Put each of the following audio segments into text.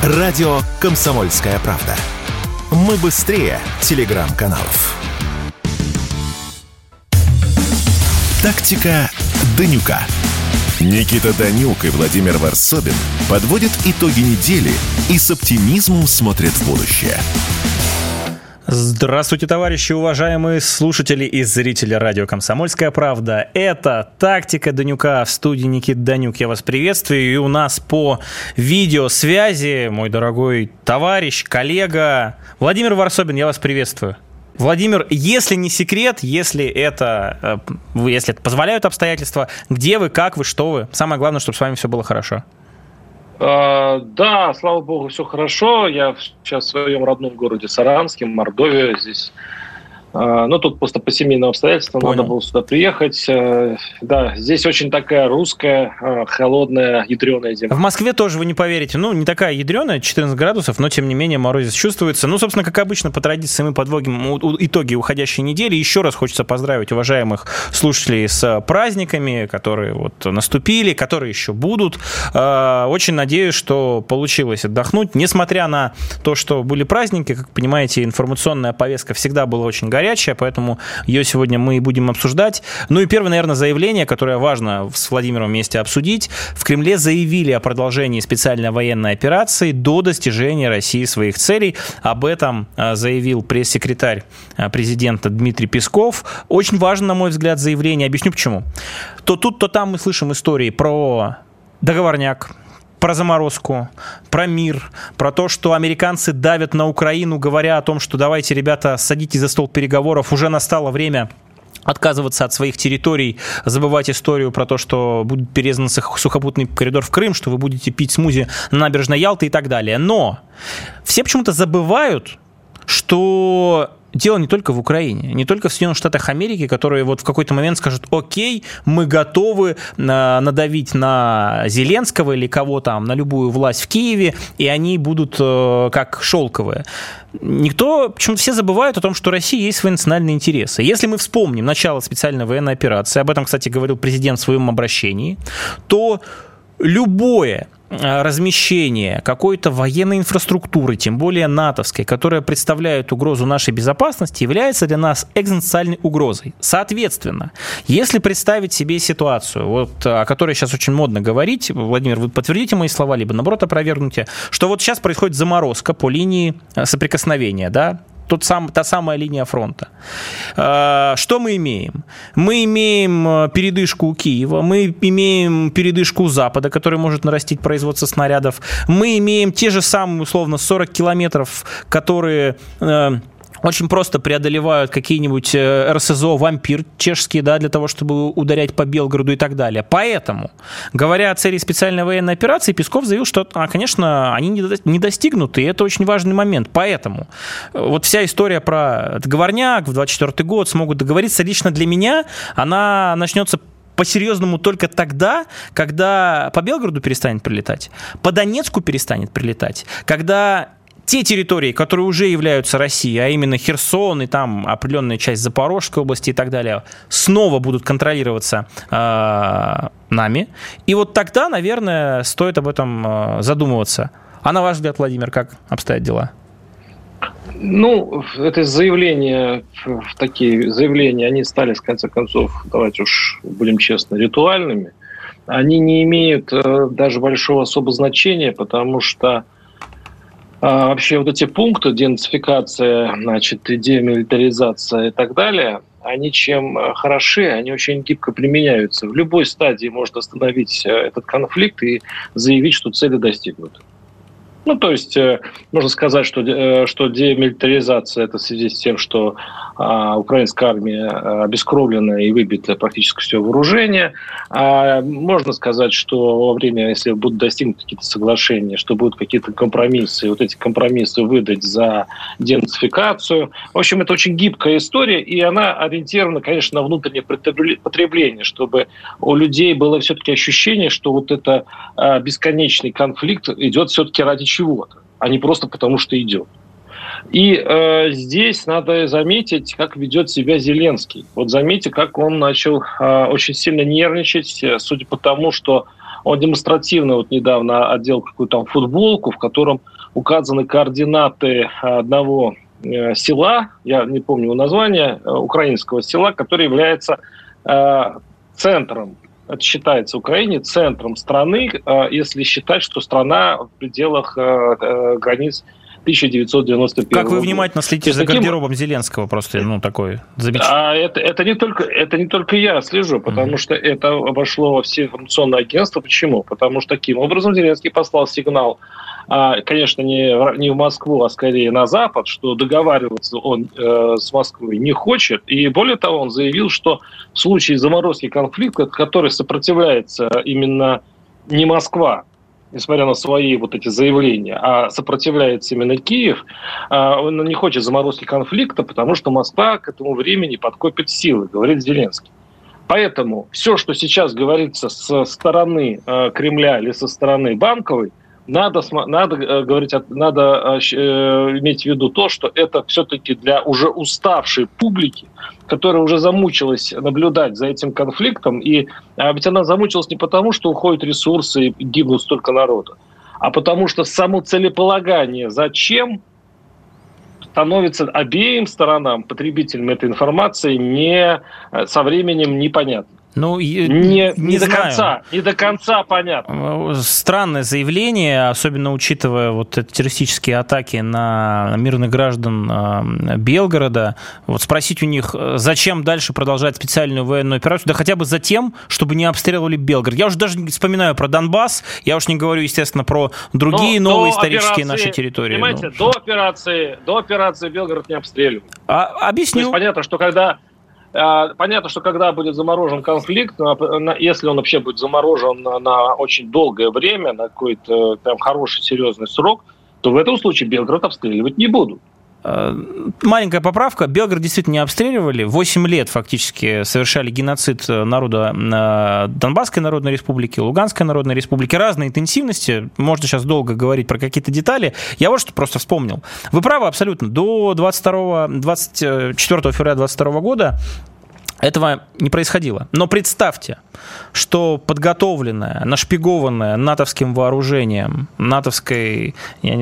Радио «Комсомольская правда». Мы быстрее телеграм-каналов. Тактика Данюка. Никита Данюк и Владимир Варсобин подводят итоги недели и с оптимизмом смотрят в будущее. Здравствуйте, товарищи, уважаемые слушатели и зрители радио «Комсомольская правда». Это «Тактика Данюка», в студии Никита Данюк. Я вас приветствую. И у нас по видеосвязи мой дорогой товарищ, коллега Владимир Варсобин. Я вас приветствую. Владимир, если не секрет, если это позволяют обстоятельства, где вы, как вы, что вы? Самое главное, чтобы с вами все было хорошо. Да, слава богу, все хорошо. Я сейчас в своем родном городе Саранске, Мордовия здесь. Тут просто по семейным обстоятельствам надо было сюда приехать. Да, здесь очень такая русская, холодная, ядреная зима. В Москве тоже, вы не поверите, не такая ядреная, 14 градусов, но тем не менее морозец чувствуется. Собственно, как обычно, по традиции мы подводим итоги уходящей недели. Еще раз хочется поздравить уважаемых слушателей с праздниками, которые наступили, которые еще будут. Очень надеюсь, что получилось отдохнуть. Несмотря на то, что были праздники, как понимаете, информационная повестка всегда была очень горячая, поэтому ее сегодня мы и будем обсуждать. И первое, наверное, заявление, которое важно с Владимиром вместе обсудить. В Кремле заявили о продолжении специальной военной операции до достижения России своих целей. Об этом заявил пресс-секретарь президента Дмитрий Песков. Очень важно, на мой взгляд, заявление. Объясню почему. То тут, то там мы слышим истории про договорняк, про заморозку, про мир, про то, что американцы давят на Украину, говоря о том, что давайте, ребята, садитесь за стол переговоров, уже настало время отказываться от своих территорий, забывать историю про то, что будет перерезан сухопутный коридор в Крым, что вы будете пить смузи на набережной Ялты и так далее. Но все почему-то забывают, что дело не только в Украине, не только в Соединенных Штатах Америки, которые в какой-то момент скажут: окей, мы готовы надавить на Зеленского или кого там, на любую власть в Киеве, и они будут как шелковые. Почему-то все забывают о том, что у России есть свои национальные интересы. Если мы вспомним начало специальной военной операции, об этом, кстати, говорил президент в своем обращении, то любое размещение какой-то военной инфраструктуры, тем более натовской, которая представляет угрозу нашей безопасности, является для нас экзистенциальной угрозой. Соответственно, если представить себе ситуацию, о которой сейчас очень модно говорить, Владимир, вы подтвердите мои слова, либо наоборот опровергнете, что сейчас происходит заморозка по линии соприкосновения, да? Та самая линия фронта. Что мы имеем? Мы имеем передышку у Киева, мы имеем передышку у Запада, который может нарастить производство снарядов, мы имеем те же самые, условно, 40 километров, которые очень просто преодолевают какие-нибудь РСЗО «Вампир» чешские, да, для того, чтобы ударять по Белгороду и так далее. Поэтому, говоря о цели специальной военной операции, Песков заявил, что, конечно, они не достигнуты, и это очень важный момент. Поэтому вся история про договорняк в 2024 год, смогут договориться, лично для меня она начнется по-серьезному только тогда, когда по Белгороду перестанет прилетать, по Донецку перестанет прилетать, когда те территории, которые уже являются Россией, а именно Херсон и там определенная часть Запорожской области и так далее, снова будут контролироваться нами. И тогда, наверное, стоит об этом задумываться. А на ваш взгляд, Владимир, как обстоят дела? Это заявления, такие заявления, они стали, в конце концов, давайте уж будем честны, ритуальными. Они не имеют даже большого особого значения, потому что вообще эти пункты, денацификация, демилитаризация и так далее, они чем хороши, они очень гибко применяются. В любой стадии можно остановить этот конфликт и заявить, что цели достигнуты. То есть можно сказать, что демилитаризация – это в связи с тем, что украинская армия обескровлена и выбито практически все вооружение. Можно сказать, что во время, если будут достигнуты какие-то соглашения, что будут какие-то компромиссы, и эти компромиссы выдать за денацификацию. В общем, это очень гибкая история, и она ориентирована, конечно, на внутреннее потребление, чтобы у людей было все-таки ощущение, что это бесконечный конфликт идет все-таки ради чего-то, а не просто потому, что идет. И здесь надо заметить, как ведет себя Зеленский. Заметьте, как он начал очень сильно нервничать, судя по тому, что Он демонстративно вот недавно одел какую-то там футболку, в котором указаны координаты одного села, я не помню его название, украинского села, которое является центром. Это считается в Украине центром страны, если считать, что страна в пределах границ 1991 года. Как вы внимательно следите за гардеробом Зеленского, просто, такой замечательный. Это не только я слежу, потому что это обошло во все информационные агентства. Почему? Потому что таким образом Зеленский послал сигнал, конечно, не в Москву, а скорее на Запад, что договариваться он с Москвой не хочет. И более того, он заявил, что в случае заморозки конфликта, который сопротивляется именно не Москва, несмотря на свои вот эти заявления, а сопротивляется именно Киев, он не хочет заморозки конфликта, потому что Москва к этому времени подкопит силы, говорит Зеленский. Поэтому все, что сейчас говорится со стороны Кремля или со стороны Банковой, надо иметь в виду то, что это все-таки для уже уставшей публики, которая уже замучилась наблюдать за этим конфликтом. И ведь она замучилась не потому, что уходят ресурсы и гибнут столько народа, а потому что само целеполагание «зачем» становится обеим сторонам, потребителям этой информации, со временем непонятно. Не до конца понятно. Странное заявление, особенно учитывая вот террористические атаки на мирных граждан Белгорода. Вот спросить у них, зачем дальше продолжать специальную военную операцию? Да хотя бы за тем, чтобы не обстреливали Белгород. Я уже даже не вспоминаю про Донбасс, я уж не говорю, естественно, про другие новые исторические наши территории. Понимаете, до операции Белгород не обстреливали. Объясню. То есть понятно, что когда будет заморожен конфликт, если он вообще будет заморожен на очень долгое время, на какой-то прям хороший, серьезный срок, то в этом случае Белгород обстреливать не будут. Маленькая поправка. Белгород действительно не обстреливали. 8 лет фактически совершали геноцид народа Донбасской Народной Республики, Луганской Народной Республики. Разной интенсивности. Можно сейчас долго говорить про какие-то детали. Я вот что просто вспомнил. Вы правы абсолютно. До 24 февраля 2022 года этого не происходило. Но представьте, что подготовленная, нашпигованная натовским вооружением, натовской,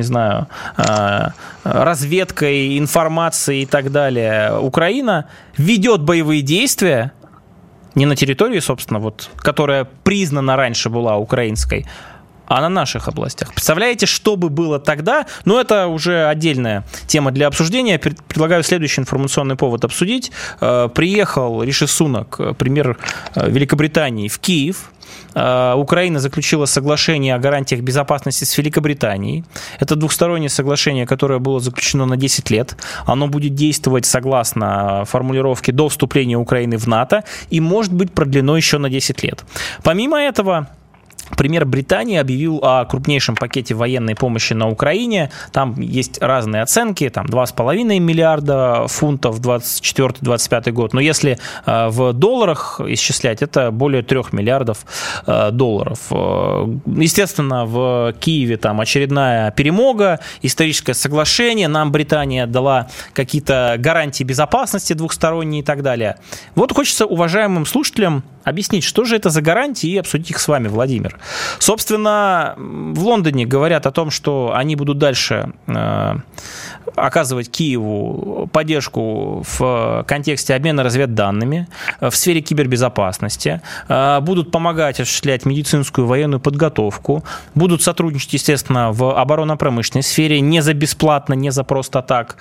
разведкой, информацией и так далее Украина ведет боевые действия не на территории, собственно, которая признана раньше была украинской, а на наших областях. Представляете, что бы было тогда? Это уже отдельная тема для обсуждения. Предлагаю следующий информационный повод обсудить. Приехал Риши Сунак, премьер Великобритании, в Киев. Украина заключила соглашение о гарантиях безопасности с Великобританией. Это двухстороннее соглашение, которое было заключено на 10 лет. Оно будет действовать согласно формулировке до вступления Украины в НАТО и может быть продлено еще на 10 лет. Помимо этого, премьер Британии объявил о крупнейшем пакете военной помощи на Украине. Там есть разные оценки, 2,5 миллиарда фунтов 24-25 год. Но если в долларах исчислять, это более 3 миллиардов долларов. Естественно, в Киеве очередная перемога, историческое соглашение. Нам Британия дала какие-то гарантии безопасности двухсторонние и так далее. Хочется уважаемым слушателям объяснить, что же это за гарантии, и обсудить их с вами, Владимир. Собственно, в Лондоне говорят о том, что они будут дальше оказывать Киеву поддержку в контексте обмена разведданными, в сфере кибербезопасности, будут помогать осуществлять медицинскую военную подготовку, будут сотрудничать, естественно, в оборонно-промышленной сфере, не за бесплатно, не за просто так.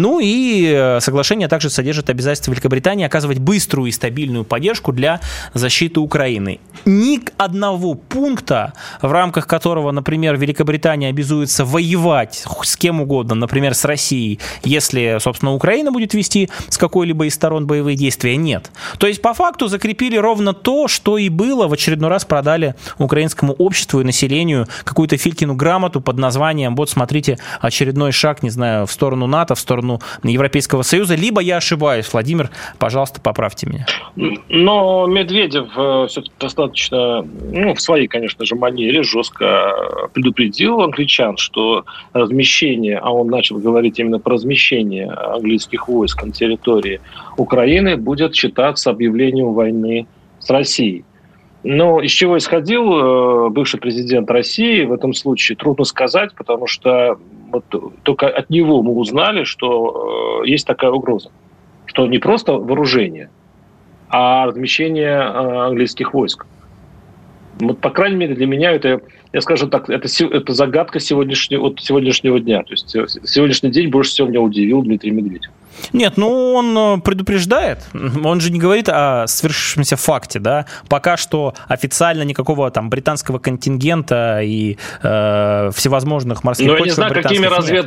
И соглашение также содержит обязательство Великобритании оказывать быструю и стабильную поддержку для защиты Украины. Ни одного пункта, в рамках которого, например, Великобритания обязуется воевать с кем угодно, например, с Россией, если, собственно, Украина будет вести с какой-либо из сторон боевые действия, нет. То есть, по факту, закрепили ровно то, что и было, в очередной раз продали украинскому обществу и населению какую-то Филькину грамоту под названием смотрите, очередной шаг, в сторону НАТО, в сторону Европейского Союза, либо я ошибаюсь. Владимир, пожалуйста, поправьте меня. Но Медведев все-таки достаточно, в своей, конечно же, манере жестко предупредил англичан, что размещение, а он начал говорить именно про размещение английских войск на территории Украины, будет считаться объявлением войны с Россией. Но из чего исходил бывший президент России в этом случае, трудно сказать, потому что вот только от него мы узнали, что есть такая угроза. Что не просто вооружение, а размещение английских войск. Вот, по крайней мере, для меня это, я скажу так, это загадка сегодняшнего дня. То есть сегодняшний день больше всего меня удивил Дмитрий Медведев. Нет, ну он предупреждает, он же не говорит о свершившемся факте, да, пока что официально никакого там британского контингента и всевозможных морских почв. Я не знаю, какими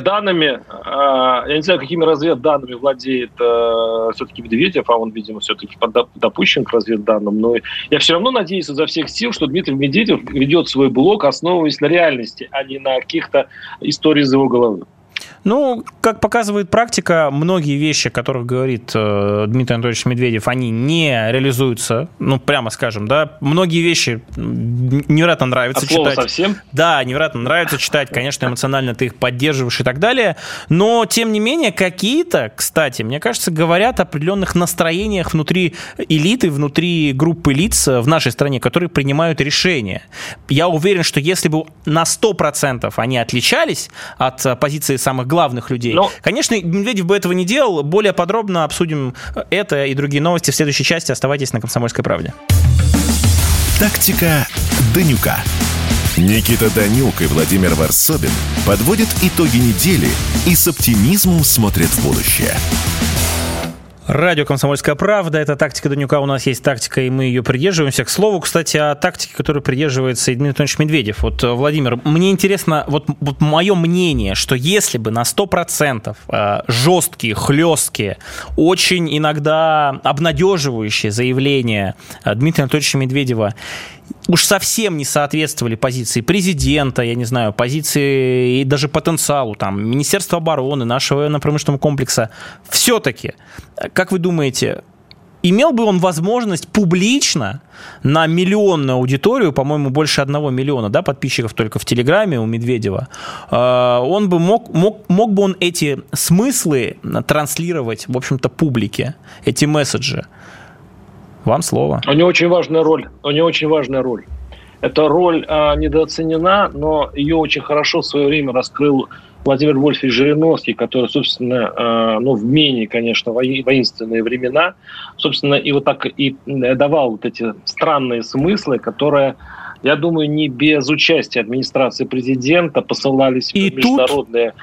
разведданными владеет все-таки Медведев, а он, видимо, все-таки допущен к разведданным, но я все равно надеюсь изо всех сил, что Дмитрий Медведев ведет свой блог, основываясь на реальности, а не на каких-то историях из его головы. Ну, как показывает практика, многие вещи, о которых говорит Дмитрий Анатольевич Медведев, они не реализуются, ну, прямо скажем, да. Многие вещи невероятно нравится читать. Совсем? Да, невероятно нравится читать, конечно, эмоционально ты их поддерживаешь и так далее, но, тем не менее, какие-то, кстати, мне кажется, говорят о определенных настроениях внутри элиты, внутри группы лиц в нашей стране, которые принимают решения. Я уверен, что если бы на 100% они отличались от позиции самых главных людей. Конечно, Медведев бы этого не делал. Более подробно обсудим это и другие новости в следующей части. Оставайтесь на «Комсомольской правде». Тактика Данюка. Никита Данюк и Владимир Варсобин подводят итоги недели и с оптимизмом смотрят в будущее. Радио «Комсомольская правда». Это «Тактика Данюка». У нас есть тактика, и мы ее придерживаемся. К слову, кстати, о тактике, которой придерживается и Дмитрий Анатольевич Медведев. Вот, Владимир, мне интересно, вот мое мнение, что если бы на 100% жесткие, хлесткие, очень иногда обнадеживающие заявления Дмитрия Анатольевича Медведева уж совсем не соответствовали позиции президента, я не знаю, позиции и даже потенциалу там, Министерства обороны, нашего военно-промышленного комплекса, все-таки, как вы думаете, имел бы он возможность публично на миллионную аудиторию, по-моему, больше 1 миллиона, да, подписчиков только в Телеграме у Медведева, он бы мог бы он эти смыслы транслировать, в общем-то, публике, эти месседжи? Вам слово. У него очень важная роль. Эта роль недооценена, но ее очень хорошо в свое время раскрыл Владимир Вольфович Жириновский, который, собственно, в менее, конечно, воинственные времена, собственно, и вот так и давал вот эти странные смыслы, которые, я думаю, не без участия администрации президента посылались в международные...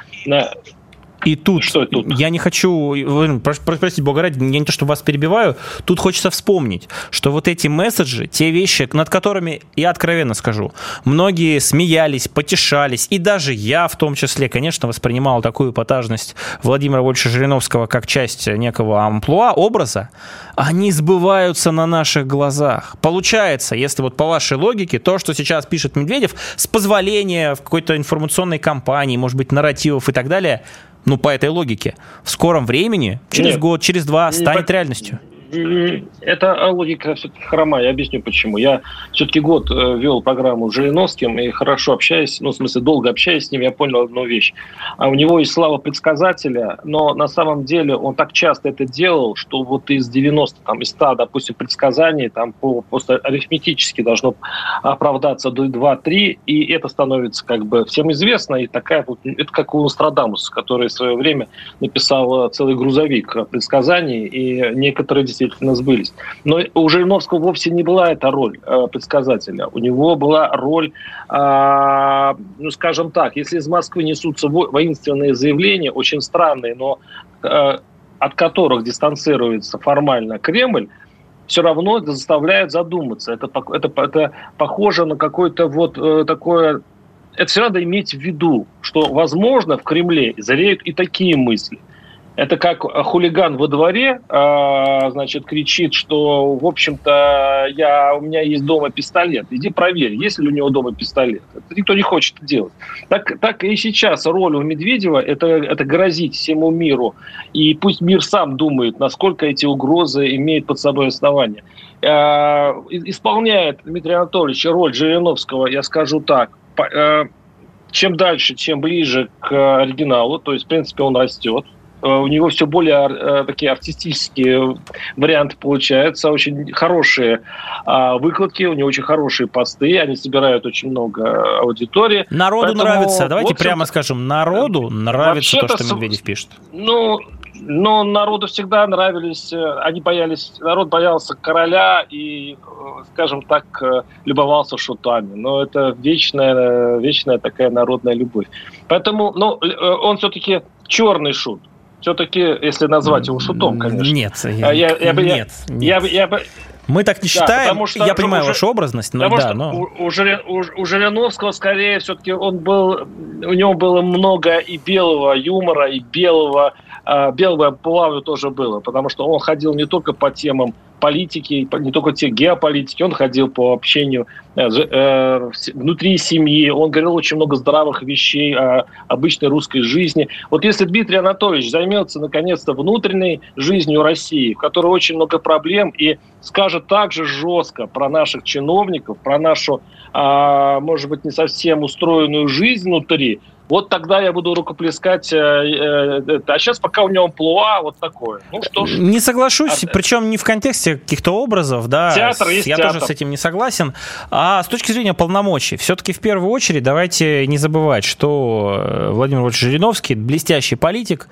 И тут, я не хочу, простите, бога ради, я не то, что вас перебиваю, тут хочется вспомнить, что вот эти месседжи, те вещи, над которыми, я откровенно скажу, многие смеялись, потешались, и даже я в том числе, конечно, воспринимал такую эпатажность Владимира Вольфовича Жириновского как часть некого амплуа, образа, они сбываются на наших глазах. Получается, если вот по вашей логике, то, что сейчас пишет Медведев, с позволения в какой-то информационной кампании, может быть, нарративов и так далее, ну, по этой логике, в скором времени, через год, через 2, станет реальностью. Эта логика все-таки хромая. Я объясню, почему. Я все-таки год вел программу с Жириновским и хорошо общаясь, в смысле, долго общаясь с ним, я понял одну вещь. У него есть слава предсказателя, но на самом деле он так часто это делал, что вот из 90, там, из 100, допустим, предсказаний, там просто арифметически должно оправдаться до 2-3, и это становится как бы всем известно, и такая вот, это как у Нострадамуса, который в свое время написал целый грузовик предсказаний, и некоторые действительно сбылись. Но у Жириновского вовсе не была эта роль предсказателя. У него была роль, скажем так, если из Москвы несутся воинственные заявления, очень странные, но от которых дистанцируется формально Кремль, все равно это заставляет задуматься. Это похоже на какое-то вот такое... Это все надо иметь в виду, что, возможно, в Кремле зреют и такие мысли. Это как хулиган во дворе, значит, кричит, что, в общем-то, у меня есть дома пистолет. Иди проверь, есть ли у него дома пистолет. Это никто не хочет это делать. Так и сейчас роль у Медведева – это грозить всему миру. И пусть мир сам думает, насколько эти угрозы имеют под собой основания. Исполняет Дмитрий Анатольевич роль Жириновского, я скажу так, чем дальше, чем ближе к оригиналу. То есть, в принципе, он растет. у него все более такие артистические варианты получаются, очень хорошие выкладки, у него очень хорошие посты, они собирают очень много аудитории. Народу нравится, давайте прямо скажем, народу нравится то, что Медведев пишет. Но народу всегда нравились, народ боялся короля и, скажем так, любовался шутами. Но это вечная такая народная любовь. Поэтому, он все-таки черный шут. Все-таки, если назвать его шутом, конечно. Нет. Мы так не считаем. Я понимаю вашу образность, но да. У Жириновского, скорее, все-таки у него было много и белого юмора, и белого плавля тоже было, потому что он ходил не только по темам политики, не только те геополитики, он ходил по общению внутри семьи, он говорил очень много здравых вещей о обычной русской жизни. Вот если Дмитрий Анатольевич займется наконец-то внутренней жизнью России, в которой очень много проблем, и скажет также жестко про наших чиновников, про нашу, может быть, не совсем устроенную жизнь внутри, вот тогда я буду рукоплескать. А сейчас пока у него амплуа вот такое. Ну что ж. Не соглашусь, причем не в контексте каких-то образов, да. Театр есть я театр. Тоже с этим не согласен. А с точки зрения полномочий, все-таки в первую очередь давайте не забывать, что Владимир Владимирович Жириновский, блестящий политик,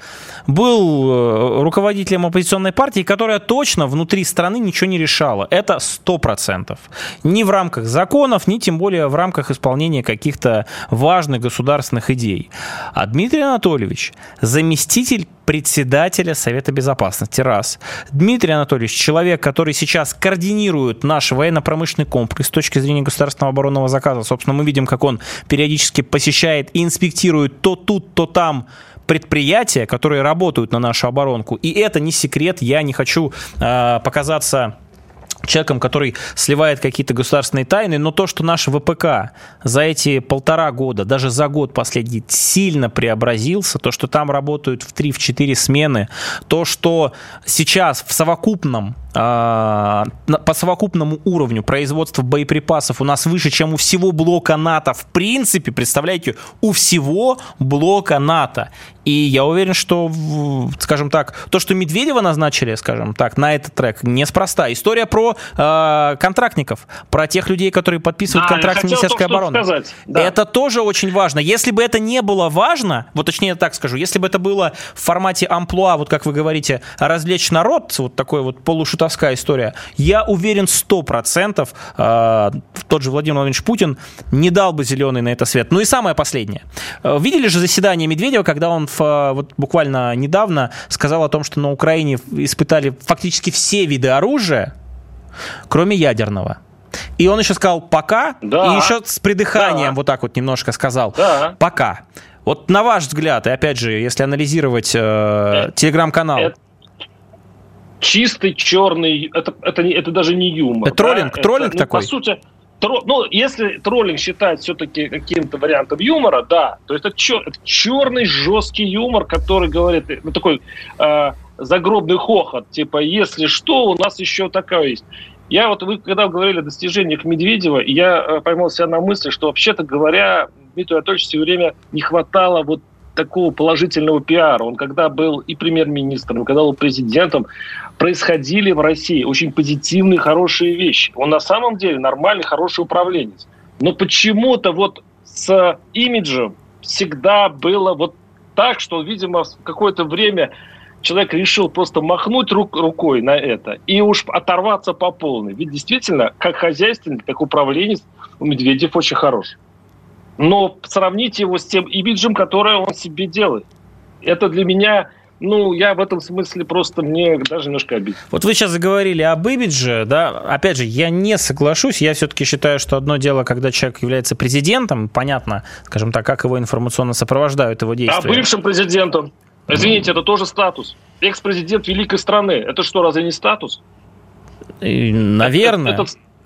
был руководителем оппозиционной партии, которая точно внутри страны ничего не решала. Это 100%. Ни в рамках законов, ни тем более в рамках исполнения каких-то важных государственных идей. А Дмитрий Анатольевич заместитель председателя Совета Безопасности. Раз. Дмитрий Анатольевич человек, который сейчас координирует наш военно-промышленный комплекс с точки зрения государственного оборонного заказа. Собственно, мы видим, как он периодически посещает и инспектирует то тут, то там предприятия, которые работают на нашу оборонку. И это не секрет. Я не хочу показаться человеком, который сливает какие-то государственные тайны, но то, что наш ВПК за эти 1,5 года, даже за год последний, сильно преобразился, то, что там работают в 3-4 смены, то, что сейчас в совокупном по совокупному уровню производства боеприпасов у нас выше, чем у всего блока НАТО. В принципе, представляете, у всего блока НАТО. И я уверен, что, скажем так, то, что Медведева назначили, скажем так, на этот трек, неспроста. История про контрактников, про тех людей, которые подписывают контракт с Министерской обороны. Да. Это тоже очень важно. Если бы это не было важно, вот точнее так скажу, если бы это было в формате амплуа, вот как вы говорите, развлечь народ, вот такой вот полушутовская история, я уверен 100%, тот же Владимир Владимирович Путин не дал бы зеленый на это свет. Ну и самое последнее. Видели же заседание Медведева, когда он вот буквально недавно сказал о том, что на Украине испытали фактически все виды оружия, кроме ядерного. И он еще сказал «пока», да. И еще с придыханием вот так вот немножко сказал «пока». Вот на ваш взгляд, и опять же, если анализировать телеграм-канал, чистый черный, это даже не юмор. Это троллинг такой? По сути, если троллинг считать все-таки каким-то вариантом юмора, да, то это черный жесткий юмор, который говорит, такой загробный хохот, типа, если что, у нас еще такое есть. Вы когда говорили о достижениях Медведева, я поймал себя на мысли, что, вообще-то говоря, Дмитрию Анатольевичу все время не хватало вот такого положительного пиара. Он когда был и премьер-министром, когда был президентом, происходили в России очень позитивные, хорошие вещи. Он на самом деле нормальный, хороший управленец. Но почему-то вот с имиджем всегда было вот так, что, видимо, в какое-то время человек решил просто махнуть рукой на это и уж оторваться по полной. Ведь действительно, как хозяйственник, как управленец, Медведев очень хорош. Но сравнить его с тем имиджем, который он себе делает, это для меня, я в этом смысле просто, мне даже немножко обидно. Вот вы сейчас заговорили об имидже, да, опять же, я не соглашусь, я все-таки считаю, что одно дело, когда человек является президентом, понятно, скажем так, как его информационно сопровождают его действия. А бывшим президентом, извините, это тоже статус. Экс-президент великой страны, это что, разве не статус? Наверное.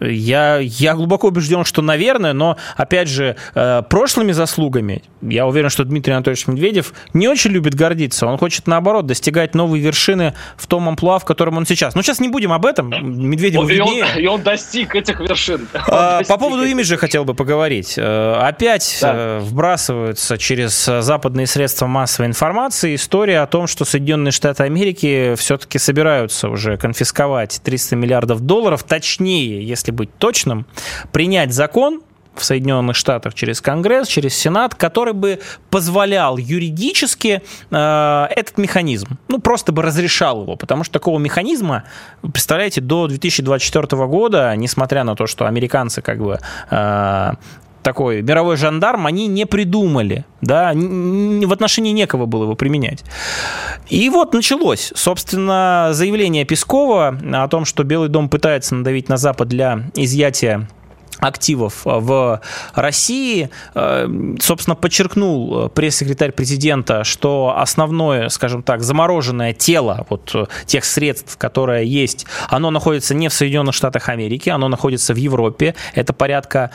Я глубоко убежден, что, наверное, но, опять же, прошлыми заслугами, я уверен, что Дмитрий Анатольевич Медведев не очень любит гордиться. Он хочет, наоборот, достигать новые вершины в том амплуа, в котором он сейчас. Но сейчас не будем об этом. Медведев виднее. И он достиг этих вершин. По поводу имиджа хотел бы поговорить. Опять вбрасываются через западные средства массовой информации история о том, что Соединенные Штаты Америки все-таки собираются уже конфисковать $300 миллиардов. Точнее, если быть точным, принять закон в Соединенных Штатах через Конгресс, через Сенат, который бы позволял юридически этот механизм, просто бы разрешал его, потому что такого механизма, представляете, до 2024 года, несмотря на то, что американцы такой мировой жандарм, они не придумали, да, в отношении некого было его применять. И вот началось, собственно, заявление Пескова о том, что Белый дом пытается надавить на Запад для изъятия активов в России. Собственно, подчеркнул пресс-секретарь президента, что основное, скажем так, замороженное тело тех средств, которое есть, оно находится не в Соединенных Штатах Америки, оно находится в Европе. Это порядка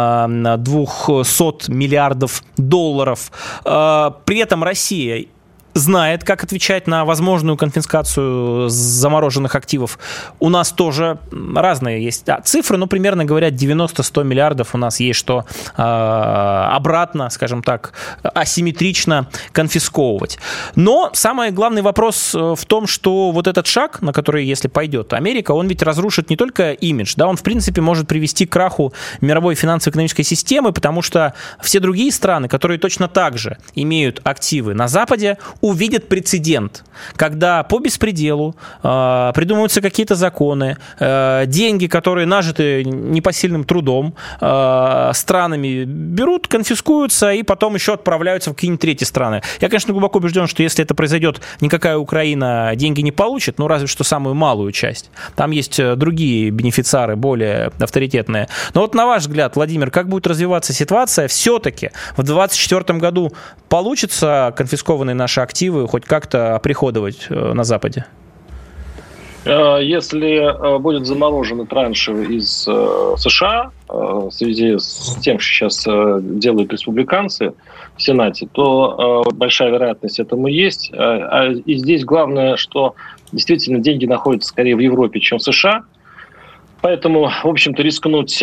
$200 миллиардов. При этом Россия знает, как отвечать на возможную конфискацию замороженных активов. У нас тоже разные есть цифры, но примерно говорят 90-100 миллиардов у нас есть, что обратно, скажем так, асимметрично конфисковывать. Но самый главный вопрос в том, что вот этот шаг, на который, если пойдет Америка, он ведь разрушит не только имидж, да, он в принципе может привести к краху мировой финансово-экономической системы, потому что все другие страны, которые точно так же имеют активы на Западе, увидят прецедент, когда по беспределу придумываются какие-то законы, деньги, которые нажиты непосильным трудом, странами берут, конфискуются и потом еще отправляются в какие-нибудь третьи страны. Я, конечно, глубоко убежден, что если это произойдет, никакая Украина деньги не получит, разве что самую малую часть. Там есть другие бенефициары, более авторитетные. Но вот на ваш взгляд, Владимир, как будет развиваться ситуация? Все-таки в 2024 году получится конфискованные наши активы хоть как-то оприходовать на Западе? Если будут заморожены транши из США в связи с тем, что сейчас делают республиканцы в Сенате, то большая вероятность этому есть. И здесь главное, что действительно деньги находятся скорее в Европе, чем в США. Поэтому, в общем-то, рискнуть,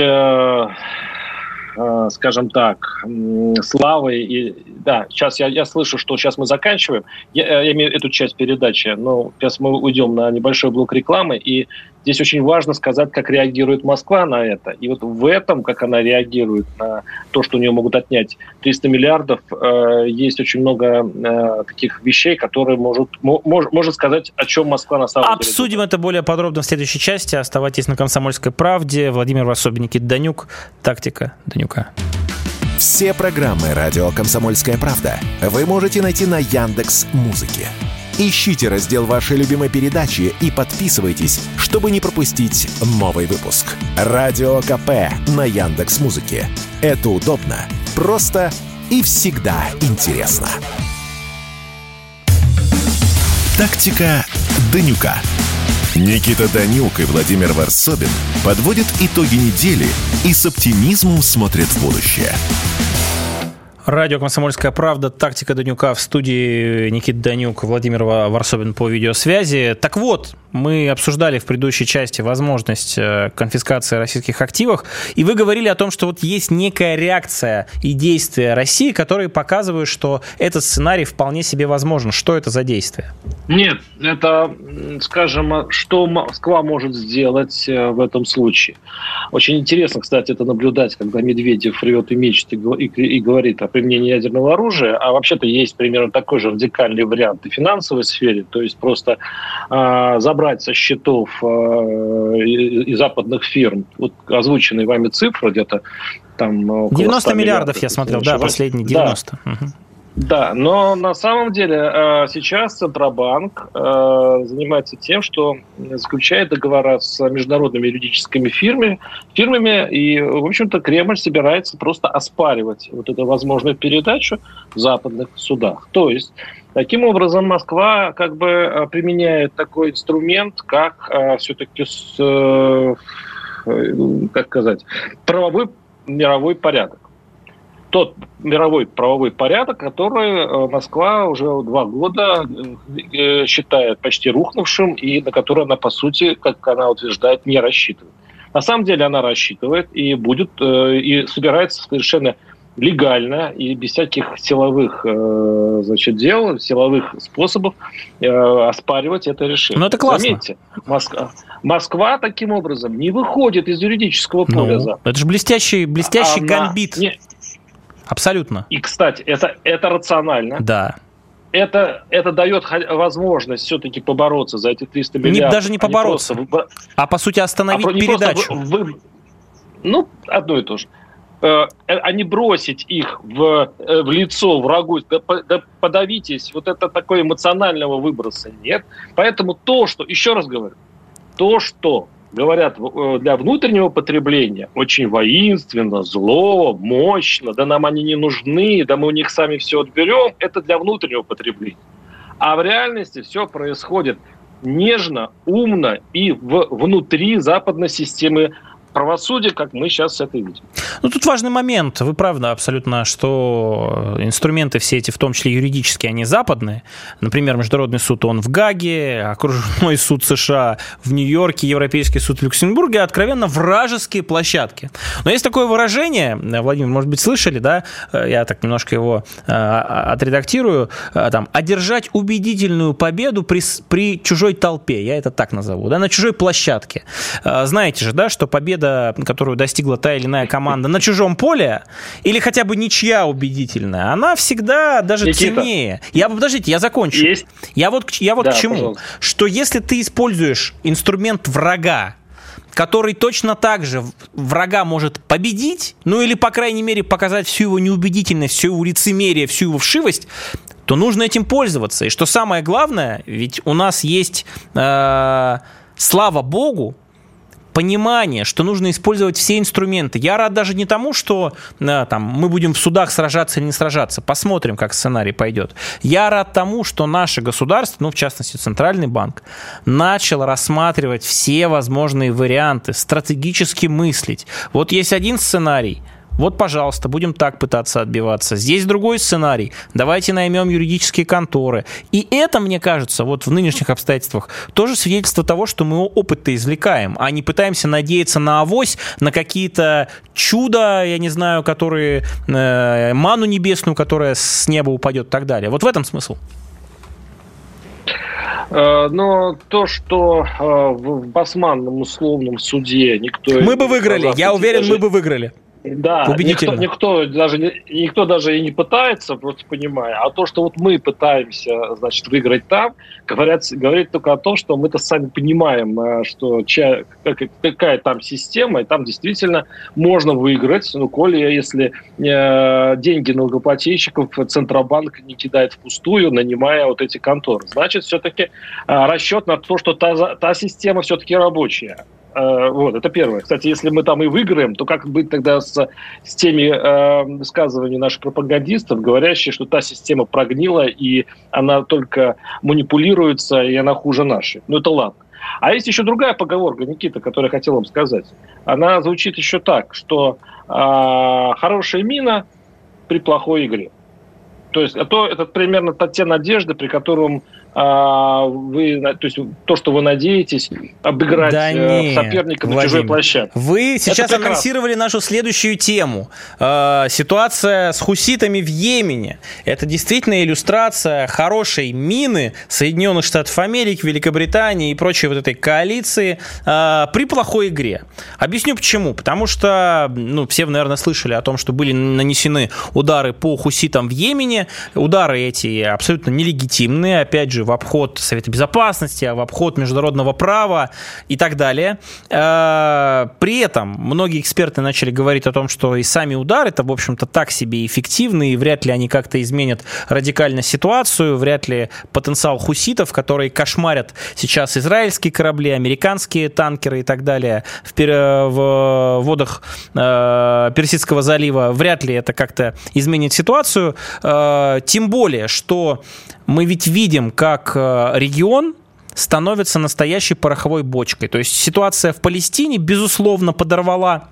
скажем так, славой. И, да, сейчас я слышу, что сейчас мы заканчиваем. Я имею эту часть передачи, но сейчас мы уйдем на небольшой блок рекламы. И здесь очень важно сказать, как реагирует Москва на это. И вот в этом, как она реагирует на то, что у нее могут отнять 300 миллиардов, есть очень много таких вещей, которые может сказать, о чем Москва на самом деле. Обсудим это более подробно в следующей части. Оставайтесь на «Комсомольской правде». Владимир Варсобин, Никита Данюк. Тактика Данюка. Все программы «Радио Комсомольская правда» вы можете найти на Яндекс.Музыке. Ищите раздел вашей любимой передачи и подписывайтесь, чтобы не пропустить новый выпуск. Радио КП на Яндекс.Музыке. Это удобно, просто и всегда интересно. Тактика Данюка. Никита Данюк и Владимир Варсобин подводят итоги недели и с оптимизмом смотрят в будущее. Радио «Комсомольская правда», «Тактика Данюка», в студии Никита Данюк, Владимир Варсобин по видеосвязи. Так вот, мы обсуждали в предыдущей части возможность конфискации российских активов, и вы говорили о том, что вот есть некая реакция и действия России, которые показывают, что этот сценарий вполне себе возможен. Что это за действие? Нет, это, скажем, что Москва может сделать в этом случае. Очень интересно, кстати, это наблюдать, когда Медведев рвет и мечет и говорит о применении ядерного оружия, а вообще-то есть примерно такой же радикальный вариант и в финансовой сфере, то есть просто забрать со счетов и западных фирм, вот озвученные вами цифры, где-то там 90 миллиардов я смотрел, да, последние 90. Да. Да, но на самом деле сейчас Центробанк занимается тем, что заключает договора с международными юридическими фирмами, и, в общем-то, Кремль собирается просто оспаривать вот эту возможную передачу в западных судах. То есть, таким образом, Москва как бы применяет такой инструмент, как все-таки как сказать, правовой мировой порядок. Тот мировой правовой порядок, который Москва уже 2 года считает почти рухнувшим, и на который она, по сути, как она утверждает, не рассчитывает. На самом деле она рассчитывает и будет, и собирается совершенно легально и без всяких силовых дел, силовых способов оспаривать это решение. Ну, это классно. Заметьте, Москва таким образом не выходит из юридического поля. Это же блестящий гамбит. Абсолютно. И, кстати, это рационально. Да. Это дает возможность все-таки побороться за эти 300 миллиардов. Даже не побороться, а по сути остановить передачу. Одно и то же. А не бросить их в лицо врагу, подавитесь, вот это такое эмоционального выброса нет. Поэтому еще раз говорю, то, что говорят для внутреннего потребления, очень воинственно, зло, мощно, да нам они не нужны, да мы у них сами все отберем, это для внутреннего потребления. А в реальности все происходит нежно, умно и внутри западной системы правосудия, как мы сейчас это видим. Тут важный момент. Вы правы абсолютно, что инструменты все эти, в том числе юридические, они западные. Например, Международный суд, он в Гааге, окружной суд США в Нью-Йорке, Европейский суд в Люксембурге, откровенно вражеские площадки. Но есть такое выражение, Владимир, может быть, слышали, да? Я так немножко его отредактирую. Одержать убедительную победу при чужой толпе. Я это так назову. Да? На чужой площадке. Знаете же, да, что победа, которую достигла та или иная команда на чужом поле, или хотя бы ничья убедительная, она всегда даже ценнее. Подождите, я закончу. Есть. Я к чему? Пожалуйста. Что если ты используешь инструмент врага, который точно так же врага может победить, или, по крайней мере, показать всю его неубедительность, всю его лицемерие, всю его вшивость, то нужно этим пользоваться. И что самое главное, ведь у нас есть, слава богу, понимание, что нужно использовать все инструменты. Я рад даже не тому, что мы будем в судах сражаться или не сражаться. Посмотрим, как сценарий пойдет. Я рад тому, что наше государство, в частности Центральный банк, начал рассматривать все возможные варианты, стратегически мыслить. Вот есть один сценарий. Вот, пожалуйста, будем так пытаться отбиваться. Здесь другой сценарий. Давайте наймем юридические конторы. И это, мне кажется, в нынешних обстоятельствах тоже свидетельство того, что мы опыт-то извлекаем, а не пытаемся надеяться на авось, на какие-то чуда, я не знаю, которые ману небесную, которая с неба упадет и так далее. Вот в этом смысл. Но то, что в басманном условном суде никто... Мы бы выиграли, я уверен, мы бы выиграли. Да, никто даже и не пытается, просто понимая. А то, что мы пытаемся, выиграть там, говорит только о том, что мы-то сами понимаем, что какая там система, и там действительно можно выиграть, если деньги налогоплательщиков Центробанк не кидает впустую, нанимая эти конторы. Значит, все-таки расчет на то, что та система все-таки рабочая. Это первое. Кстати, если мы там и выиграем, то как быть тогда с теми высказываниями наших пропагандистов, говорящих, что та система прогнила, и она только манипулируется, и она хуже нашей. Это ладно. А есть еще другая поговорка, Никита, которую я хотел вам сказать. Она звучит еще так, что хорошая мина при плохой игре. То есть это примерно те надежды, при котором то, что вы надеетесь обыграть соперника на чужой площадке. Вы сейчас анонсировали нашу следующую тему. Ситуация с хуситами в Йемене. Это действительно иллюстрация хорошей мины Соединенных Штатов Америки, Великобритании и прочей этой коалиции при плохой игре. Объясню почему. Потому что, все, наверное, слышали о том, что были нанесены удары по хуситам в Йемене. Удары эти абсолютно нелегитимные. Опять же, в обход Совета Безопасности, в обход международного права и так далее. При этом многие эксперты начали говорить о том, что и сами удары это, в общем-то, так себе эффективны, и вряд ли они как-то изменят радикально ситуацию, вряд ли потенциал хуситов, которые кошмарят сейчас израильские корабли, американские танкеры и так далее в водах Персидского залива, вряд ли это как-то изменит ситуацию. Тем более, что мы ведь видим, как регион становится настоящей пороховой бочкой. То есть ситуация в Палестине, безусловно, подорвала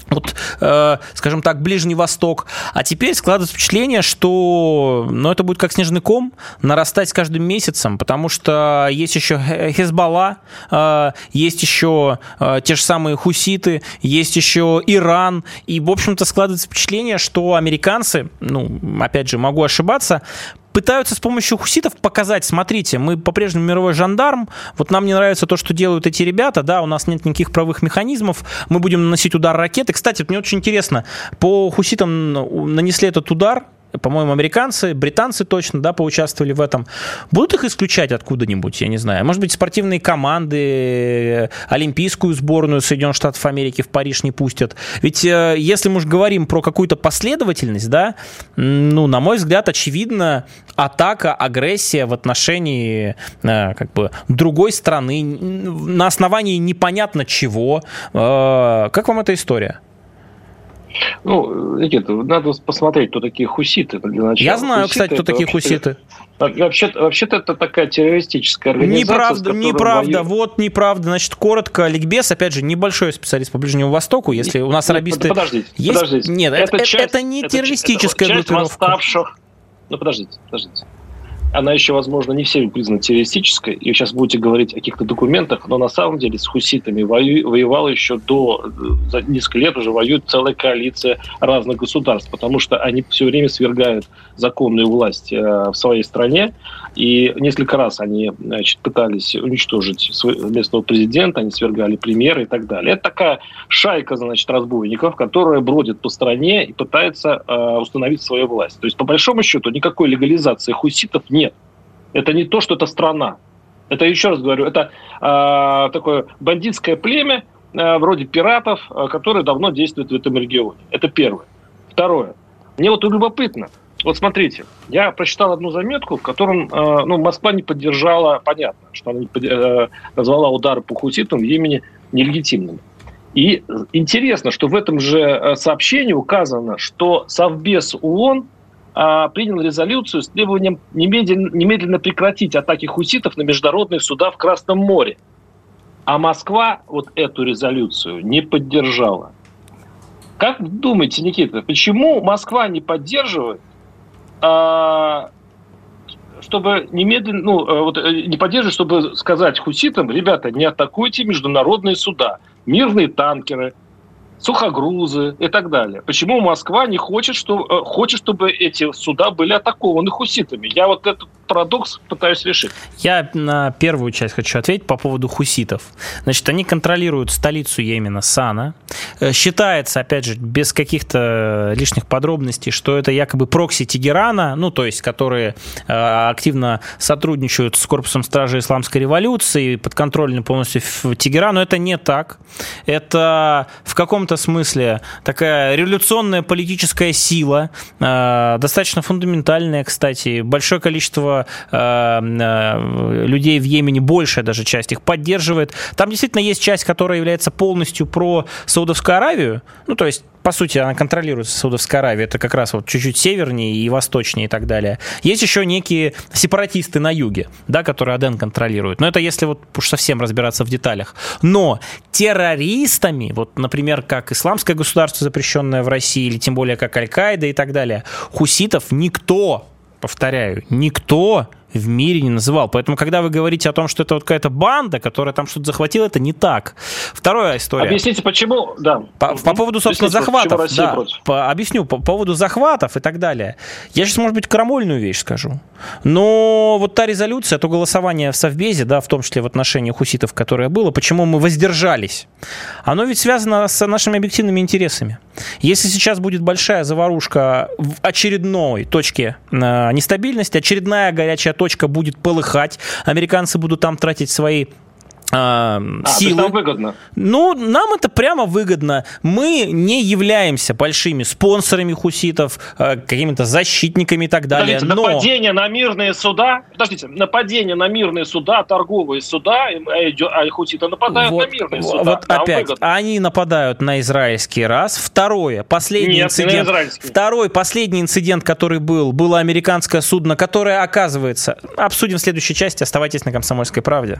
скажем так, Ближний Восток. А теперь складывается впечатление, что это будет как снежный ком нарастать с каждым месяцем, потому что есть еще Хезболла, есть еще те же самые хуситы, есть еще Иран. И, в общем-то, складывается впечатление, что американцы, опять же, могу ошибаться, пытаются с помощью хуситов показать, смотрите, мы по-прежнему мировой жандарм, нам не нравится то, что делают эти ребята, да, у нас нет никаких правовых механизмов, мы будем наносить удар ракеты. Кстати, мне очень интересно, по хуситам нанесли этот удар, по-моему, американцы, британцы точно, да, поучаствовали в этом. Будут их исключать откуда-нибудь, я не знаю. Может быть, спортивные команды, олимпийскую сборную Соединенных Штатов Америки в Париж не пустят. Ведь если мы уж говорим про какую-то последовательность, да, на мой взгляд, очевидно, атака, агрессия в отношении другой страны на основании непонятно чего. Как вам эта история? Никита, надо посмотреть, кто такие хуситы. Для начала. Я знаю, кстати, кто такие хуситы. Вообще-то это такая террористическая организация. Неправда. Неправда. Значит, коротко, ликбез, опять же, небольшой специалист по Ближнему Востоку, если у нас арабисты... Подождите. Нет, это не террористическая группировка. Подождите. Она еще, возможно, не всеми признана террористической. И вы сейчас будете говорить о каких-то документах, но на самом деле с хуситами воевала еще за несколько лет уже воюет целая коалиция разных государств, потому что они все время свергают законную власть в своей стране. И несколько раз они, пытались уничтожить местного президента, они свергали премьера и так далее. Это такая шайка, разбойников, которая бродит по стране и пытается установить свою власть. То есть, по большому счету, никакой легализации хуситов нет. Это не то, что это страна. Это, еще раз говорю, это такое бандитское племя, вроде пиратов, которые давно действуют в этом регионе. Это первое. Второе. Мне любопытно. Смотрите, я прочитал одну заметку, в котором Москва не поддержала, понятно, что она назвала удары по хуситам в Йемене нелегитимными. И интересно, что в этом же сообщении указано, что Совбез ООН принял резолюцию с требованием немедленно прекратить атаки хуситов на международные суда в Красном море. А Москва эту резолюцию не поддержала. Как вы думаете, Никита, почему Москва не поддерживает, чтобы не поддерживать, чтобы сказать хуситам: ребята, не атакуйте международные суда, мирные танкеры, сухогрузы и так далее. Почему Москва не хочет, чтобы эти суда были атакованы хуситами? Я этот парадокс пытаюсь решить. Я на первую часть хочу ответить по поводу хуситов. Значит, они контролируют столицу Йемена, Сана. Считается, опять же, без каких-то лишних подробностей, что это якобы прокси Тегерана, то есть, которые активно сотрудничают с корпусом стражи исламской революции, подконтрольны полностью Тегерану. Это не так. Это в каком-то смысле такая революционная политическая сила, достаточно фундаментальная, кстати. Большое количество людей в Йемене, большая даже часть их поддерживает. Там действительно есть часть, которая является полностью про Саудовскую Аравию. То есть, по сути, она контролируется Саудовской Аравией. Это как раз чуть-чуть севернее и восточнее и так далее. Есть еще некие сепаратисты на юге, да, которые Аден контролирует. Но это если уж совсем разбираться в деталях. Но террористами, например, как исламское государство, запрещенное в России, или тем более как Аль-Каида и так далее, хуситов никто, повторяю, никто в мире не называл. Поэтому, когда вы говорите о том, что это какая-то банда, которая там что-то захватила, это не так. Вторая история. Объясните, почему? Да. По поводу, собственно, захватов. Да, объясню. По поводу захватов и так далее. Я сейчас, может быть, крамольную вещь скажу. Но та резолюция, то голосование в Совбезе, да, в том числе в отношении хуситов, которое было, почему мы воздержались, оно ведь связано с нашими объективными интересами. Если сейчас будет большая заварушка в очередной точке нестабильности, очередная горячая точка будет полыхать, американцы будут там тратить свои силы. Нам выгодно. Ну, нам это прямо выгодно. Мы не являемся большими спонсорами хуситов, какими-то защитниками и так далее. Нападение на мирные суда, торговые суда, а хуситы нападают на мирные суда. Вот опять, они нападают на израильский раз. Второй, последний инцидент, который было американское судно, которое, оказывается, обсудим в следующей части. Оставайтесь на «Комсомольской правде».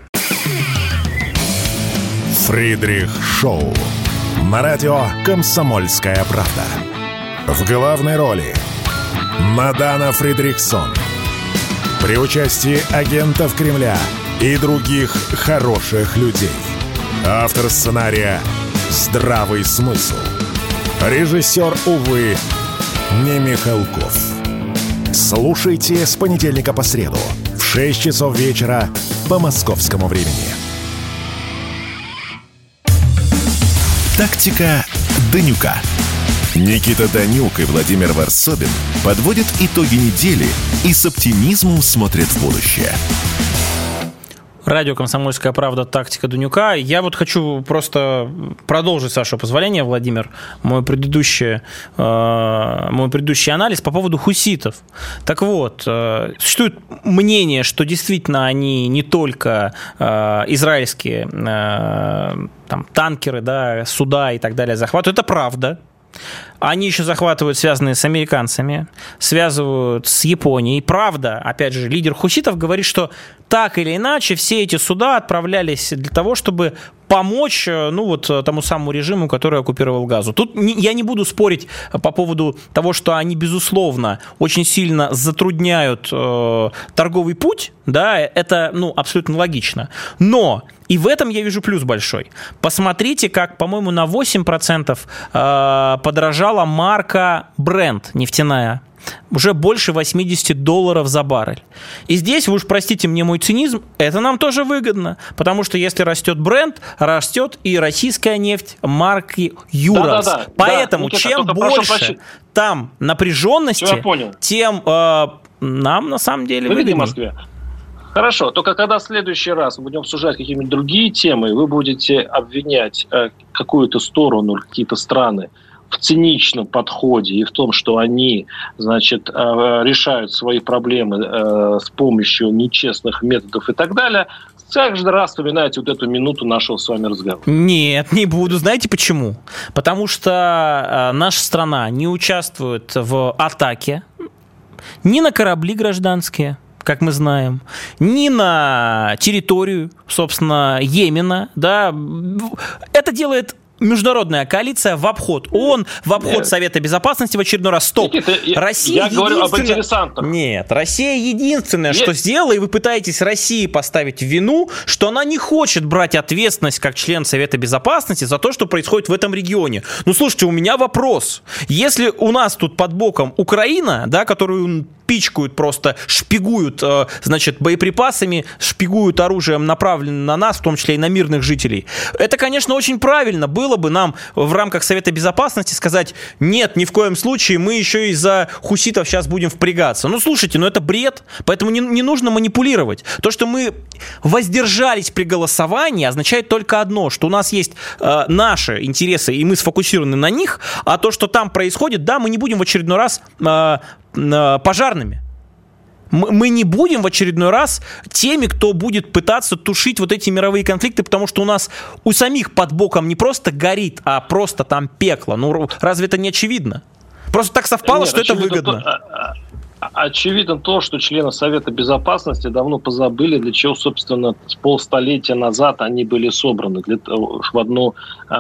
Фридрих Шоу. На радио «Комсомольская правда». В главной роли Мадана Фридрихсон. При участии агентов Кремля и других хороших людей. Автор сценария «Здравый смысл». Режиссер, увы, не Михалков. Слушайте с понедельника по среду в 6 часов вечера по московскому времени. Тактика Данюка. Никита Данюк и Владимир Варсобин подводят итоги недели и с оптимизмом смотрят в будущее. Радио «Комсомольская правда», тактика Данюка. Я вот хочу просто продолжить, с вашего позволения, Владимир, мой предыдущий анализ по поводу хуситов. Так вот, существует мнение, что действительно они не только израильские танкеры, да, суда и так далее захватывают. Это правда. Они еще захватывают связанные с американцами, связывают с Японией. Правда, опять же, лидер хуситов говорит, что так или иначе все эти суда отправлялись для того, чтобы помочь тому самому режиму, который оккупировал Газу. Тут я не буду спорить по поводу того, что они, безусловно, очень сильно затрудняют торговый путь. Да, это абсолютно логично. Но и в этом я вижу плюс большой. Посмотрите, как, по-моему, на 8% подорожала марка Brent нефтяная. Уже больше $80 за баррель. И здесь, вы уж простите мне мой цинизм, это нам тоже выгодно. Потому что если растет Brent, растет и российская нефть марки Urals. Да. Поэтому чем больше там напряженности, тем нам на самом деле выгодно. Москве. Хорошо, только когда в следующий раз мы будем обсуждать какие-нибудь другие темы, вы будете обвинять какую-то сторону, какие-то страны в циничном подходе и в том, что они, решают свои проблемы с помощью нечестных методов и так далее, каждый раз вспоминайте вот эту минуту нашего с вами разговора. Нет, не буду. Знаете почему? Потому что наша страна не участвует в атаке ни на корабли гражданские, как мы знаем, ни на территорию, собственно, Йемена. Да. Это делает международная коалиция в обход ООН, в обход Совета Безопасности в очередной раз. Стоп. Я говорю об интересантах. Нет, Россия единственное, что сделала, и вы пытаетесь России поставить вину, что она не хочет брать ответственность как член Совета Безопасности за то, что происходит в этом регионе. Слушайте, у меня вопрос. Если у нас тут под боком Украина, да, которую пичкают просто, шпигуют, боеприпасами, шпигуют оружием, направленным на нас, в том числе и на мирных жителей. Это, конечно, очень правильно было бы нам в рамках Совета Безопасности сказать: нет, ни в коем случае, мы еще из-за хуситов сейчас будем впрягаться. Слушайте, это бред, поэтому не нужно манипулировать. То, что мы воздержались при голосовании, означает только одно, что у нас есть наши интересы, и мы сфокусированы на них, а то, что там происходит, да, мы не будем в очередной раз пожарными. Мы не будем в очередной раз теми, кто будет пытаться тушить вот эти мировые конфликты, потому что у самих под боком не просто горит, а просто там пекло. Разве это не очевидно? Просто так совпало, что это выгодно. Очевидно то, что члены Совета Безопасности давно позабыли, для чего, собственно, полстолетия назад они были собраны в одну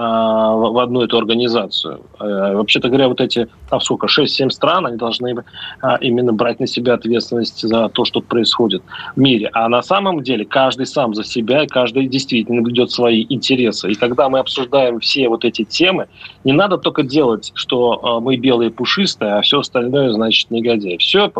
эту организацию. Вообще-то говоря, вот эти 6-7 стран, они должны именно брать на себя ответственность за то, что происходит в мире. А на самом деле каждый сам за себя, и каждый действительно ведет свои интересы. И когда мы обсуждаем все вот эти темы, не надо только делать, что мы белые пушистые, а все остальное, значит, негодяи. Все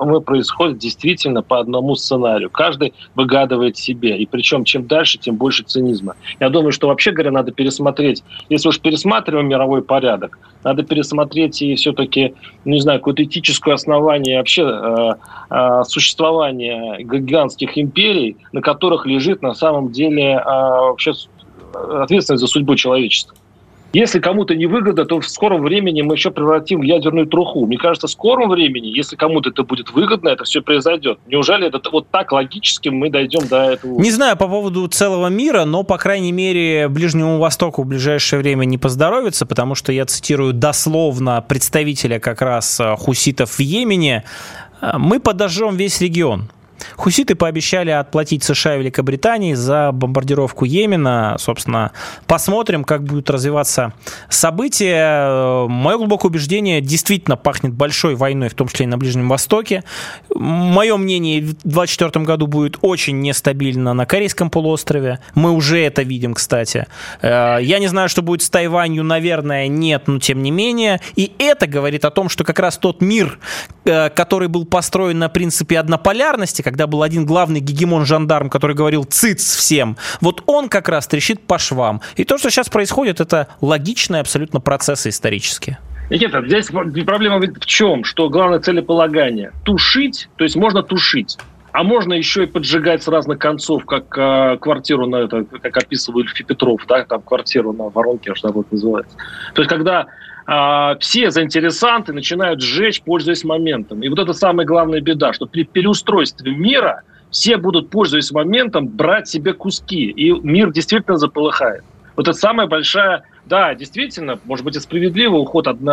происходят действительно по одному сценарию. Каждый выгадывает себе. И причем чем дальше, тем больше цинизма. Я думаю, что вообще говоря, надо пересмотреть, если уж пересматриваем мировой порядок, надо пересмотреть и все-таки, не знаю, какое-то этическое основание вообще существования гигантских империй, на которых лежит на самом деле вообще ответственность за судьбу человечества. Если кому-то невыгодно, то в скором времени мы еще превратим в ядерную труху. Мне кажется, в скором времени, если кому-то это будет выгодно, это все произойдет. Неужели это вот так логически мы дойдем до этого? Не знаю по поводу целого мира, но, по крайней мере, Ближнему Востоку в ближайшее время не поздоровится, потому что я цитирую дословно представителя как раз хуситов в Йемене: «Мы подожжем весь регион». Хуситы пообещали отплатить США и Великобритании за бомбардировку Йемена. Собственно, посмотрим, как будут развиваться события. Мое глубокое убеждение, действительно пахнет большой войной, в том числе и на Ближнем Востоке. Мое мнение, в 2024 году будет очень нестабильно на Корейском полуострове. Мы уже это видим, кстати. Я не знаю, что будет с Тайванью, наверное, нет, но тем не менее. И это говорит о том, что как раз тот мир, который был построен на принципе однополярности, когда был один главный гегемон-жандарм, который говорил «цыц всем», вот он как раз трещит по швам. И то, что сейчас происходит, это логичные абсолютно процессы исторические. Никита, здесь проблема в чем? Что главное целеполагание – тушить, то есть можно тушить, а можно еще и поджигать с разных концов, как квартиру на это, как описывал Ильф Петров, да, там квартиру на Воронке, что это называется. То есть когда все заинтересанты начинают сжечь, пользуясь моментом. И вот это самая главная беда, что при переустройстве мира все будут, пользуясь моментом, брать себе куски. И мир действительно заполыхает. Вот это самая большая, да, действительно, может быть, и справедливый уход от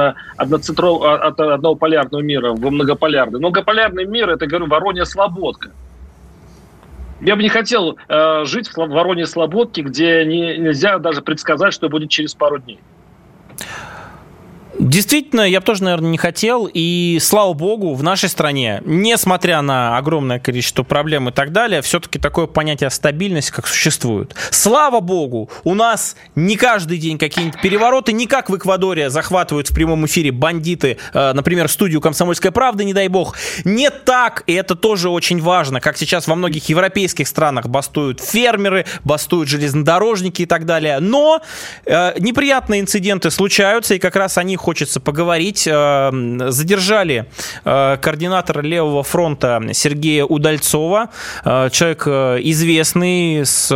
одного полярного мира в многополярный. Многополярный мир, это, говорю, Воронья Слободка. Я бы не хотел жить в Вороньей Слободке, где нельзя даже предсказать, что будет через пару дней. Действительно, я бы тоже, наверное, не хотел. И, слава богу, в нашей стране, несмотря на огромное количество проблем и так далее, все-таки такое понятие стабильности как существует. Слава богу, у нас не каждый день какие-нибудь перевороты, не как в Эквадоре захватывают в прямом эфире бандиты, например, студию «Комсомольская правда», не дай бог. Не так, и это тоже очень важно, как сейчас во многих европейских странах бастуют фермеры, бастуют железнодорожники и так далее. Но неприятные инциденты случаются, и как раз о них хочется поговорить. Задержали координатора Левого фронта Сергея Удальцова. Человек известный с,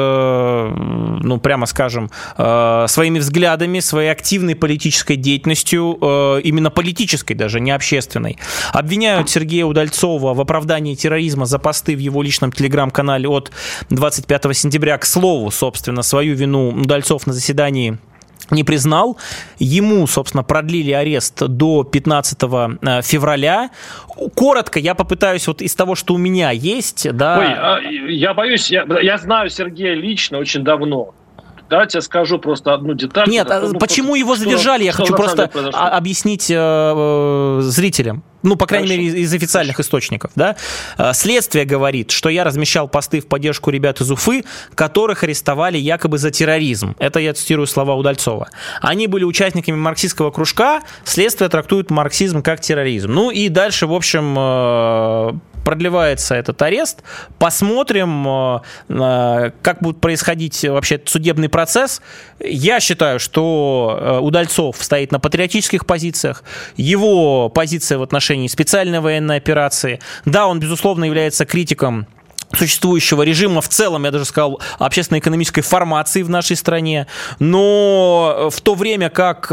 ну, прямо скажем, своими взглядами, своей активной политической деятельностью, именно политической даже, не общественной. Обвиняют Сергея Удальцова в оправдании терроризма за посты в его личном телеграм-канале от 25 сентября. К слову, собственно, свою вину Удальцов на заседании не признал. Ему, собственно, продлили арест до 15 февраля. Коротко я попытаюсь вот из того, что у меня есть. Да... Ой, я боюсь, я знаю Сергея лично очень давно. Давайте я скажу просто одну деталь. Нет, почему его задержали, я хочу просто объяснить зрителям. Ну, по крайней мере, из официальных источников. Да? Следствие говорит, что я размещал посты в поддержку ребят из Уфы, которых арестовали якобы за терроризм. Это я цитирую слова Удальцова. Они были участниками марксистского кружка, следствие трактует марксизм как терроризм. Ну и дальше, в общем, продлевается этот арест. Посмотрим, как будет происходить вообще судебный процесс. Я считаю, что Удальцов стоит на патриотических позициях. Его позиция в отношении специальной военной операции. Да, он, безусловно, является критиком существующего режима, в целом, я даже сказал, общественно-экономической формации в нашей стране, но в то время как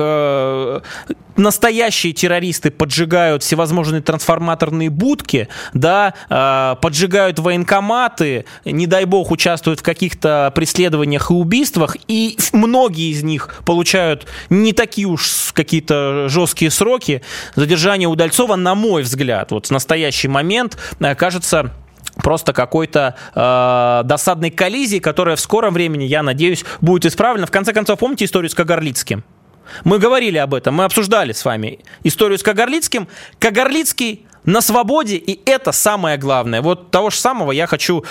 настоящие террористы поджигают всевозможные трансформаторные будки, да, поджигают военкоматы, не дай бог участвуют в каких-то преследованиях и убийствах, и многие из них получают не такие уж какие-то жесткие сроки. Задержание Удальцова, на мой взгляд, вот в настоящий момент кажется просто какой-то досадной коллизией, которая в скором времени, я надеюсь, будет исправлена. В конце концов, помните историю с Кагарлицким? Мы говорили об этом, мы обсуждали с вами историю с Кагарлицким. Кагарлицкий на свободе, и это самое главное. Вот того же самого я хочу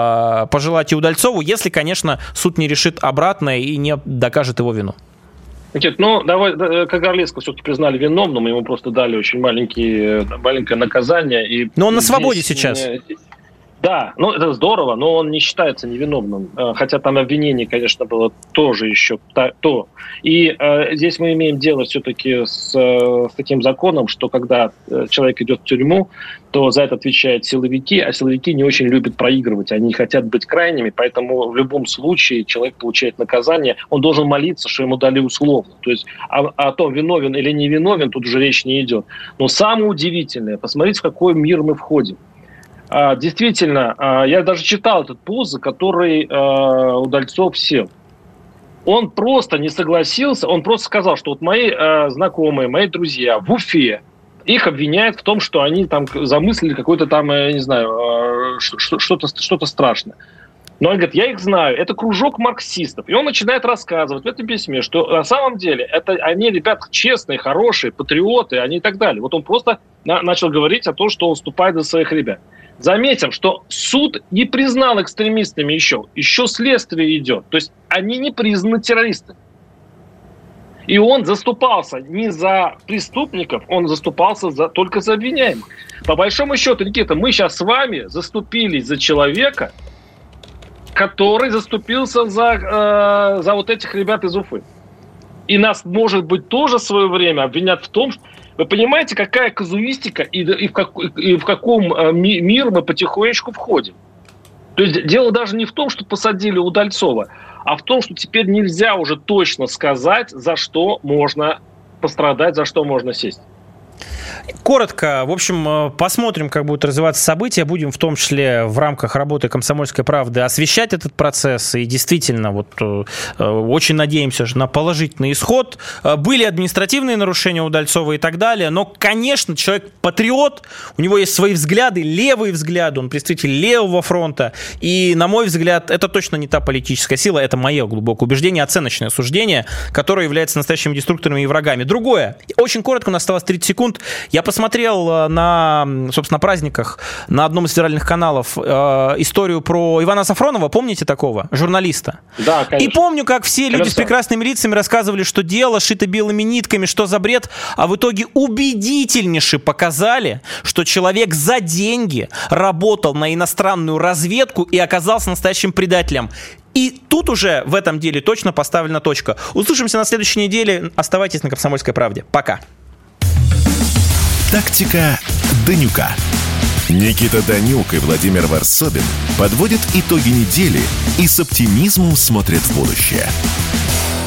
пожелать и Удальцову, если, конечно, суд не решит обратное и не докажет его вину. Никит, давай, Кагарлицкого все-таки признали виновным, ему просто дали очень маленькое наказание. Но он на свободе сейчас. Да, это здорово, но он не считается невиновным. Хотя там обвинение, конечно, было тоже еще то. И здесь мы имеем дело все-таки с таким законом, что когда человек идет в тюрьму, то за это отвечают силовики, а силовики не очень любят проигрывать. Они хотят быть крайними, поэтому в любом случае человек получает наказание, он должен молиться, что ему дали условно. То есть о том, виновен или не виновен, тут уже речь не идет. Но самое удивительное, посмотрите, в какой мир мы входим. Действительно, я даже читал этот пост, за который Удальцов сел. Он просто не согласился, он просто сказал, что вот мои знакомые, мои друзья в Уфе, их обвиняют в том, что они там замыслили какое-то там, я не знаю, что-то страшное. Но он говорит, я их знаю, это кружок марксистов. И он начинает рассказывать в этом письме, что на самом деле это они, ребята, честные, хорошие, патриоты, они и так далее. Вот он просто начал говорить о том, что он вступает за своих ребят. Заметим, что суд не признал экстремистами еще следствие идет. То есть они не признаны террористами. И он заступался не за преступников, он заступался только за обвиняемых. По большому счету, Никита, мы сейчас с вами заступились за человека, который заступился за вот этих ребят из Уфы. И нас, может быть, тоже в свое время обвинят в том, что... Вы понимаете, какая казуистика и в каком мир мы потихонечку входим? То есть дело даже не в том, что посадили Удальцова, а в том, что теперь нельзя уже точно сказать, за что можно пострадать, за что можно сесть. Коротко, в общем, посмотрим, как будут развиваться события. Будем в том числе в рамках работы «Комсомольской правды» освещать этот процесс. И действительно, очень надеемся на положительный исход. Были административные нарушения Удальцова и так далее. Но, конечно, человек патриот. У него есть свои взгляды, левые взгляды. Он представитель левого фронта. И, на мой взгляд, это точно не та политическая сила. Это мое глубокое убеждение, оценочное суждение, которое является настоящими деструкторами и врагами. Другое. Очень коротко, у нас осталось 30 секунд. Я посмотрел на праздниках на одном из федеральных каналов историю про Ивана Сафронова. Помните такого? Журналиста. Да, конечно. И помню, как все люди с прекрасными лицами рассказывали, что дело шито белыми нитками, что за бред. А в итоге убедительнейше показали, что человек за деньги работал на иностранную разведку и оказался настоящим предателем. И тут уже в этом деле точно поставлена точка. Услышимся на следующей неделе. Оставайтесь на «Комсомольской правде». Пока. Тактика Данюка. Никита Данюк и Владимир Варсобин подводят итоги недели и с оптимизмом смотрят в будущее.